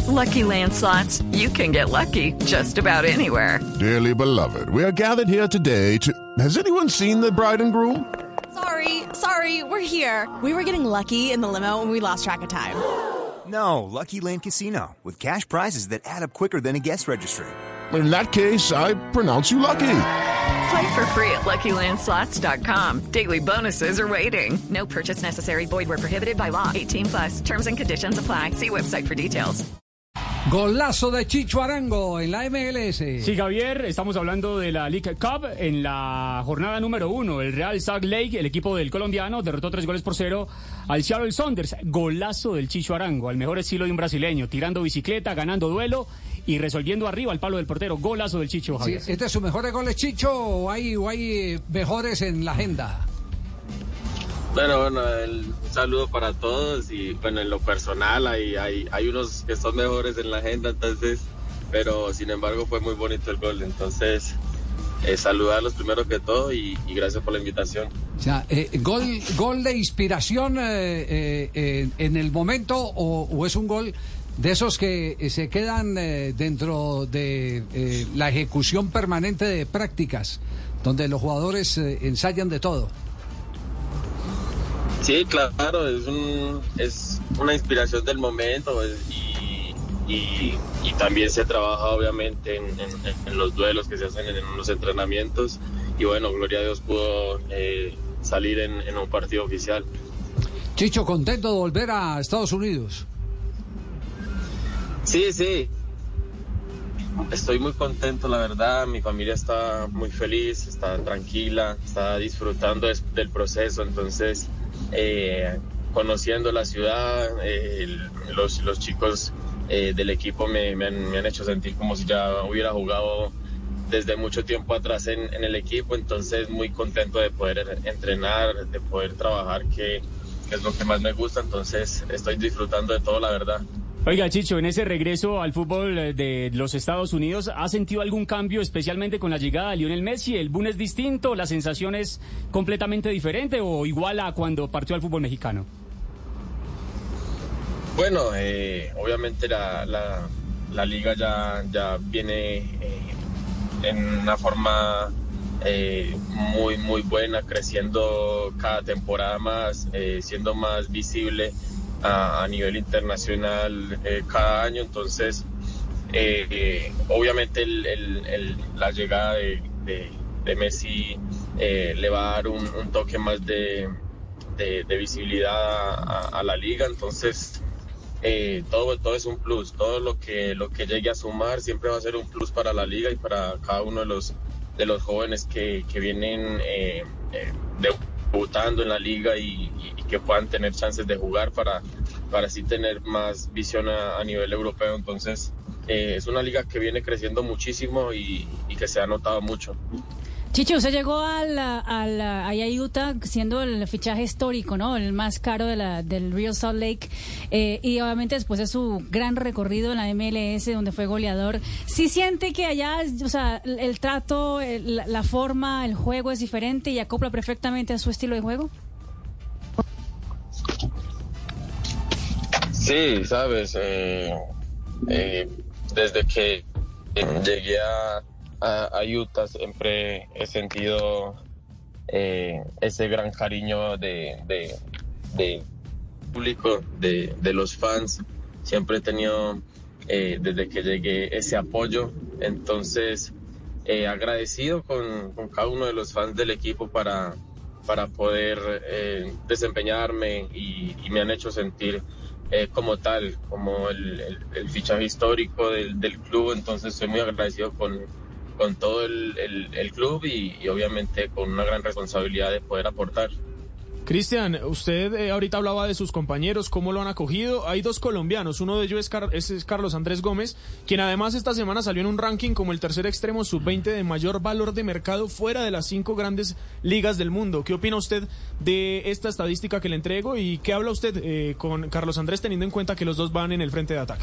Lucky Land Slots, you can get lucky just about anywhere. Dearly beloved, we are gathered here today to... Has anyone seen the bride and groom? Sorry, we're here. We were getting lucky in the limo and we lost track of time. No, Lucky Land Casino, with cash prizes that add up quicker than a guest registry. In that case, I pronounce you lucky. Play for free at LuckyLandSlots.com. Daily bonuses are waiting. No purchase necessary. Void where prohibited by law. 18+. Terms and conditions apply. See website for details. Golazo de Chicho Arango en la MLS. Sí, Javier, estamos hablando de la League Cup en la jornada número 1. El Real Salt Lake, el equipo del colombiano, derrotó 3-0 al Seattle Sounders. Golazo del Chicho Arango, al mejor estilo de un brasileño, tirando bicicleta, ganando duelo y resolviendo arriba al palo del portero. Golazo del Chicho, Javier. Sí, ¿este es su mejor gol, Chicho, o hay mejores en la agenda? Bueno, un saludo para todos y bueno, en lo personal hay unos que son mejores en la agenda, entonces, pero sin embargo fue muy bonito el gol, entonces saludarlos primero que todo y gracias por la invitación. O sea, gol de inspiración en el momento o es un gol de esos que se quedan dentro de la ejecución permanente de prácticas, donde los jugadores ensayan de todo. Sí, claro, es una inspiración del momento y también se trabaja obviamente en los duelos que se hacen en los entrenamientos y bueno, gloria a Dios pudo salir en un partido oficial. Chicho, contento de volver a Estados Unidos. Sí, estoy muy contento, la verdad, mi familia está muy feliz, está tranquila, está disfrutando del proceso, entonces... conociendo la ciudad, los chicos del equipo me han hecho sentir como si ya hubiera jugado desde mucho tiempo atrás en el equipo, entonces muy contento de poder entrenar, de poder trabajar, que es lo que más me gusta, entonces estoy disfrutando de todo, la verdad. Oiga, Chicho, en ese regreso al fútbol de los Estados Unidos, ¿ha sentido algún cambio, especialmente con la llegada de Lionel Messi? ¿El boom es distinto? ¿La sensación es completamente diferente o igual a cuando partió al fútbol mexicano? Bueno, obviamente la liga ya viene en una forma muy buena, creciendo cada temporada más, siendo más visible a nivel internacional cada año, entonces obviamente la llegada de Messi le va a dar un toque más de visibilidad a la liga, entonces todo es un plus, todo lo que llegue a sumar siempre va a ser un plus para la liga y para cada uno de los jóvenes que vienen debutando en la liga y que puedan tener chances de jugar para así tener más visión a nivel europeo. Entonces es una liga que viene creciendo muchísimo y que se ha notado mucho. Chicho, usted llegó allá a Utah siendo el fichaje histórico, ¿no? El más caro del Real Salt Lake. Y obviamente después de su gran recorrido en la MLS, donde fue goleador, ¿sí siente que allá, o sea, el trato, la forma, el juego es diferente y acopla perfectamente a su estilo de juego? Sí, sabes, desde que llegué a Utah siempre he sentido ese gran cariño de público, de los fans. Siempre he tenido desde que llegué ese apoyo, entonces agradecido con cada uno de los fans del equipo para poder desempeñarme y me han hecho sentir como tal, como el fichaje histórico del club, entonces estoy muy agradecido con todo el club y obviamente con una gran responsabilidad de poder aportar. Cristian, usted ahorita hablaba de sus compañeros, cómo lo han acogido. Hay dos colombianos, uno de ellos es Carlos Andrés Gómez, quien además esta semana salió en un ranking como el tercer extremo sub-20 de mayor valor de mercado fuera de las 5 grandes ligas del mundo. ¿Qué opina usted de esta estadística que le entrego y qué habla usted con Carlos Andrés teniendo en cuenta que los dos van en el frente de ataque?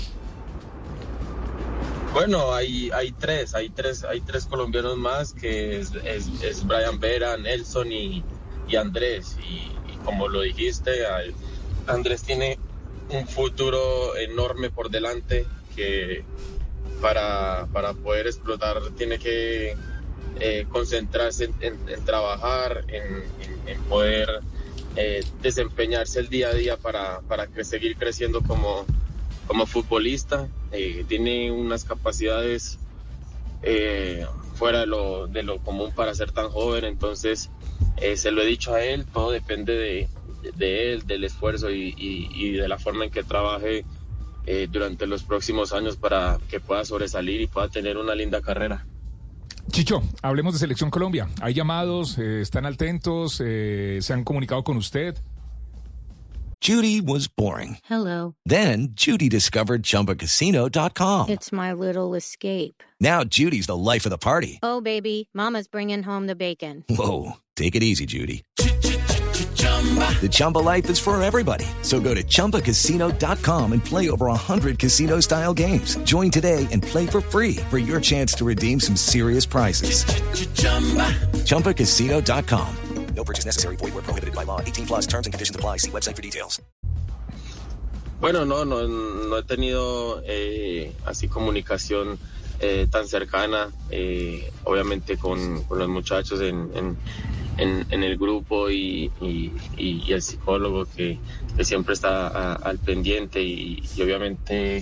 Bueno, hay tres colombianos más, que es Brian Vera, Nelson y Andrés, y como lo dijiste, Andrés tiene un futuro enorme por delante porque para poder explotar tiene que concentrarse en trabajar, en poder desempeñarse el día a día para seguir creciendo como futbolista. Tiene unas capacidades fuera de lo común para ser tan joven, entonces se lo he dicho a él, todo depende de él, del esfuerzo y de la forma en que trabaje durante los próximos años para que pueda sobresalir y pueda tener una linda carrera. Chicho, hablemos de Selección Colombia. ¿Hay llamados? ¿Están atentos? ¿Se han comunicado con usted? Judy was boring. Hello. Then Judy discovered ChumbaCasino.com. It's my little escape. Now Judy's the life of the party. Oh, baby, mama's bringing home the bacon. Whoa, take it easy, Judy. The Chumba life is for everybody. So go to ChumbaCasino.com and play over 100 casino-style games. Join today and play for free for your chance to redeem some serious prizes. ChumbaCasino.com. No purchase necessary. Void where prohibited by law. 18 plus terms and conditions apply. See website for details. Bueno, no he tenido así comunicación tan cercana, obviamente con los muchachos en el grupo y el psicólogo que siempre está al pendiente y obviamente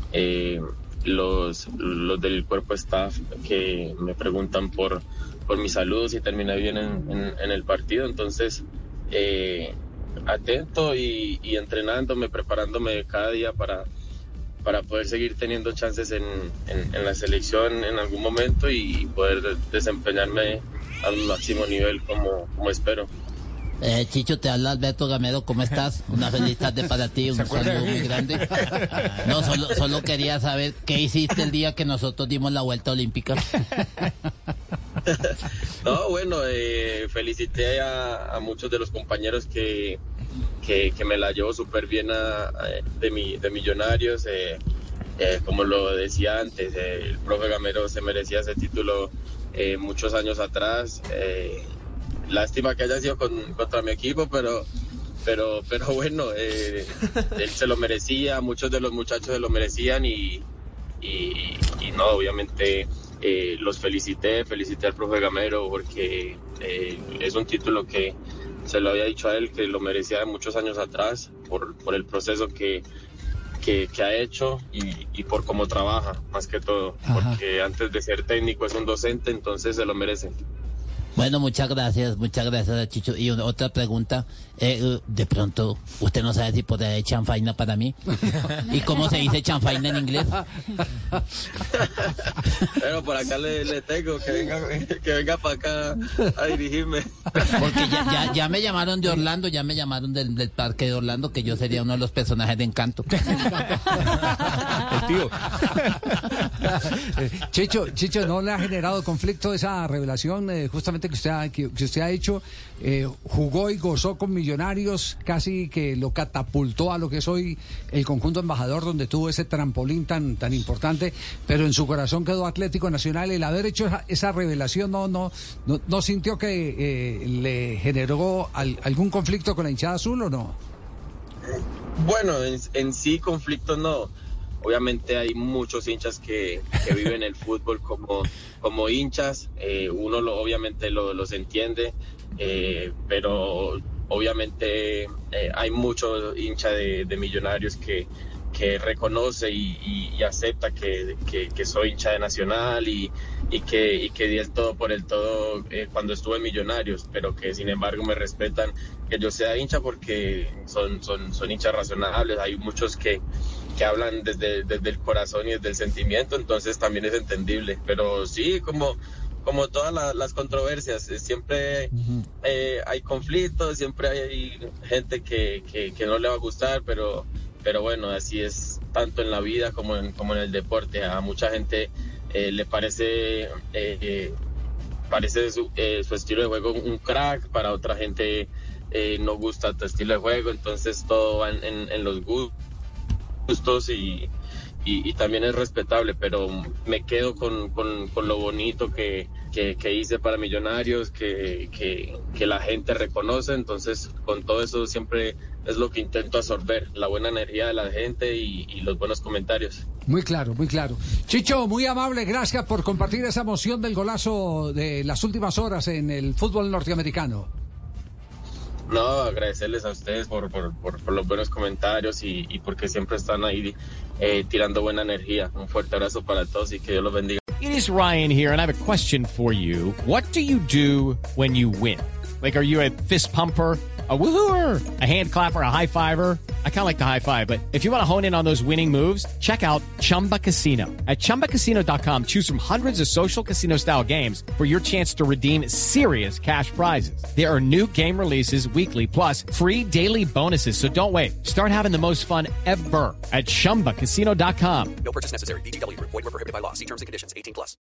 los del cuerpo staff que me preguntan por mi salud, si termina bien en el partido. Entonces atento y entrenándome, preparándome cada día para poder seguir teniendo chances en la selección en algún momento y poder desempeñarme al máximo nivel como espero. Chicho, te habla Alberto Gamero, ¿cómo estás? Una feliz tarde para ti, un saludo muy grande. No, solo quería saber qué hiciste el día que nosotros dimos la vuelta olímpica. No, bueno, felicité a muchos de los compañeros que me la llevo súper bien de Millonarios. Como lo decía antes, el profe Gamero se merecía ese título muchos años atrás. Lástima que haya sido contra mi equipo, pero bueno, él se lo merecía, muchos de los muchachos se lo merecían y no, obviamente los felicité al profe Gamero porque es un título que se lo había dicho a él que lo merecía de muchos años atrás por el proceso que ha hecho y por cómo trabaja, más que todo. Ajá. Porque antes de ser técnico es un docente, entonces se lo merece. Bueno, muchas gracias, Chicho. Y otra pregunta, de pronto, ¿usted no sabe si puede chanfaina para mí? ¿Y cómo se dice chanfaina en inglés? Pero por acá le tengo, que venga para acá a dirigirme. Porque ya me llamaron de Orlando, ya me llamaron del parque de Orlando, que yo sería uno de los personajes de Encanto. El tío. Chicho, ¿no le ha generado conflicto esa revelación justamente que usted ha hecho? Jugó y gozó con Millonarios, casi que lo catapultó a lo que es hoy el conjunto embajador, donde tuvo ese trampolín tan importante, pero en su corazón quedó Atlético Nacional. El haber hecho esa revelación no sintió que le generó algún conflicto con la hinchada azul, ¿o no? Bueno, en sí conflicto no. Obviamente hay muchos hinchas que viven el fútbol como hinchas, uno obviamente los entiende, pero obviamente hay muchos hinchas de Millonarios que reconoce y acepta que soy hincha de Nacional y que di el todo por el todo cuando estuve en Millonarios, pero que sin embargo me respetan que yo sea hincha porque son hinchas razonables. Hay muchos que hablan desde el corazón y desde el sentimiento, entonces también es entendible, pero sí, como todas las controversias, siempre hay conflictos, siempre hay gente que no le va a gustar, pero bueno, así es tanto en la vida como en el deporte. A mucha gente le parece su estilo de juego un crack, para otra gente no gusta tu estilo de juego, entonces todo va en los gustos y también es respetable, pero me quedo con lo bonito que hice para Millonarios, que la gente reconoce, entonces con todo eso siempre es lo que intento absorber, la buena energía de la gente y los buenos comentarios. Muy claro, muy claro. Chicho, muy amable, gracias por compartir esa emoción del golazo de las últimas horas en el fútbol norteamericano. No, agradecerles a ustedes por los buenos comentarios y porque siempre están ahí tirando buena energía. Un fuerte abrazo para todos y que Dios los bendiga. It is Ryan here, and I have a question for you. What do you do when you win? Like, are you a fist pumper, a woohooer, a hand clapper, a high fiver? I kind of like the high five, but if you want to hone in on those winning moves, check out Chumba Casino. At ChumbaCasino.com, choose from hundreds of social casino-style games for your chance to redeem serious cash prizes. There are new game releases weekly, plus free daily bonuses, so don't wait. Start having the most fun ever at ChumbaCasino.com. No purchase necessary. VGW Group. Void where prohibited by law. See terms and conditions. 18+.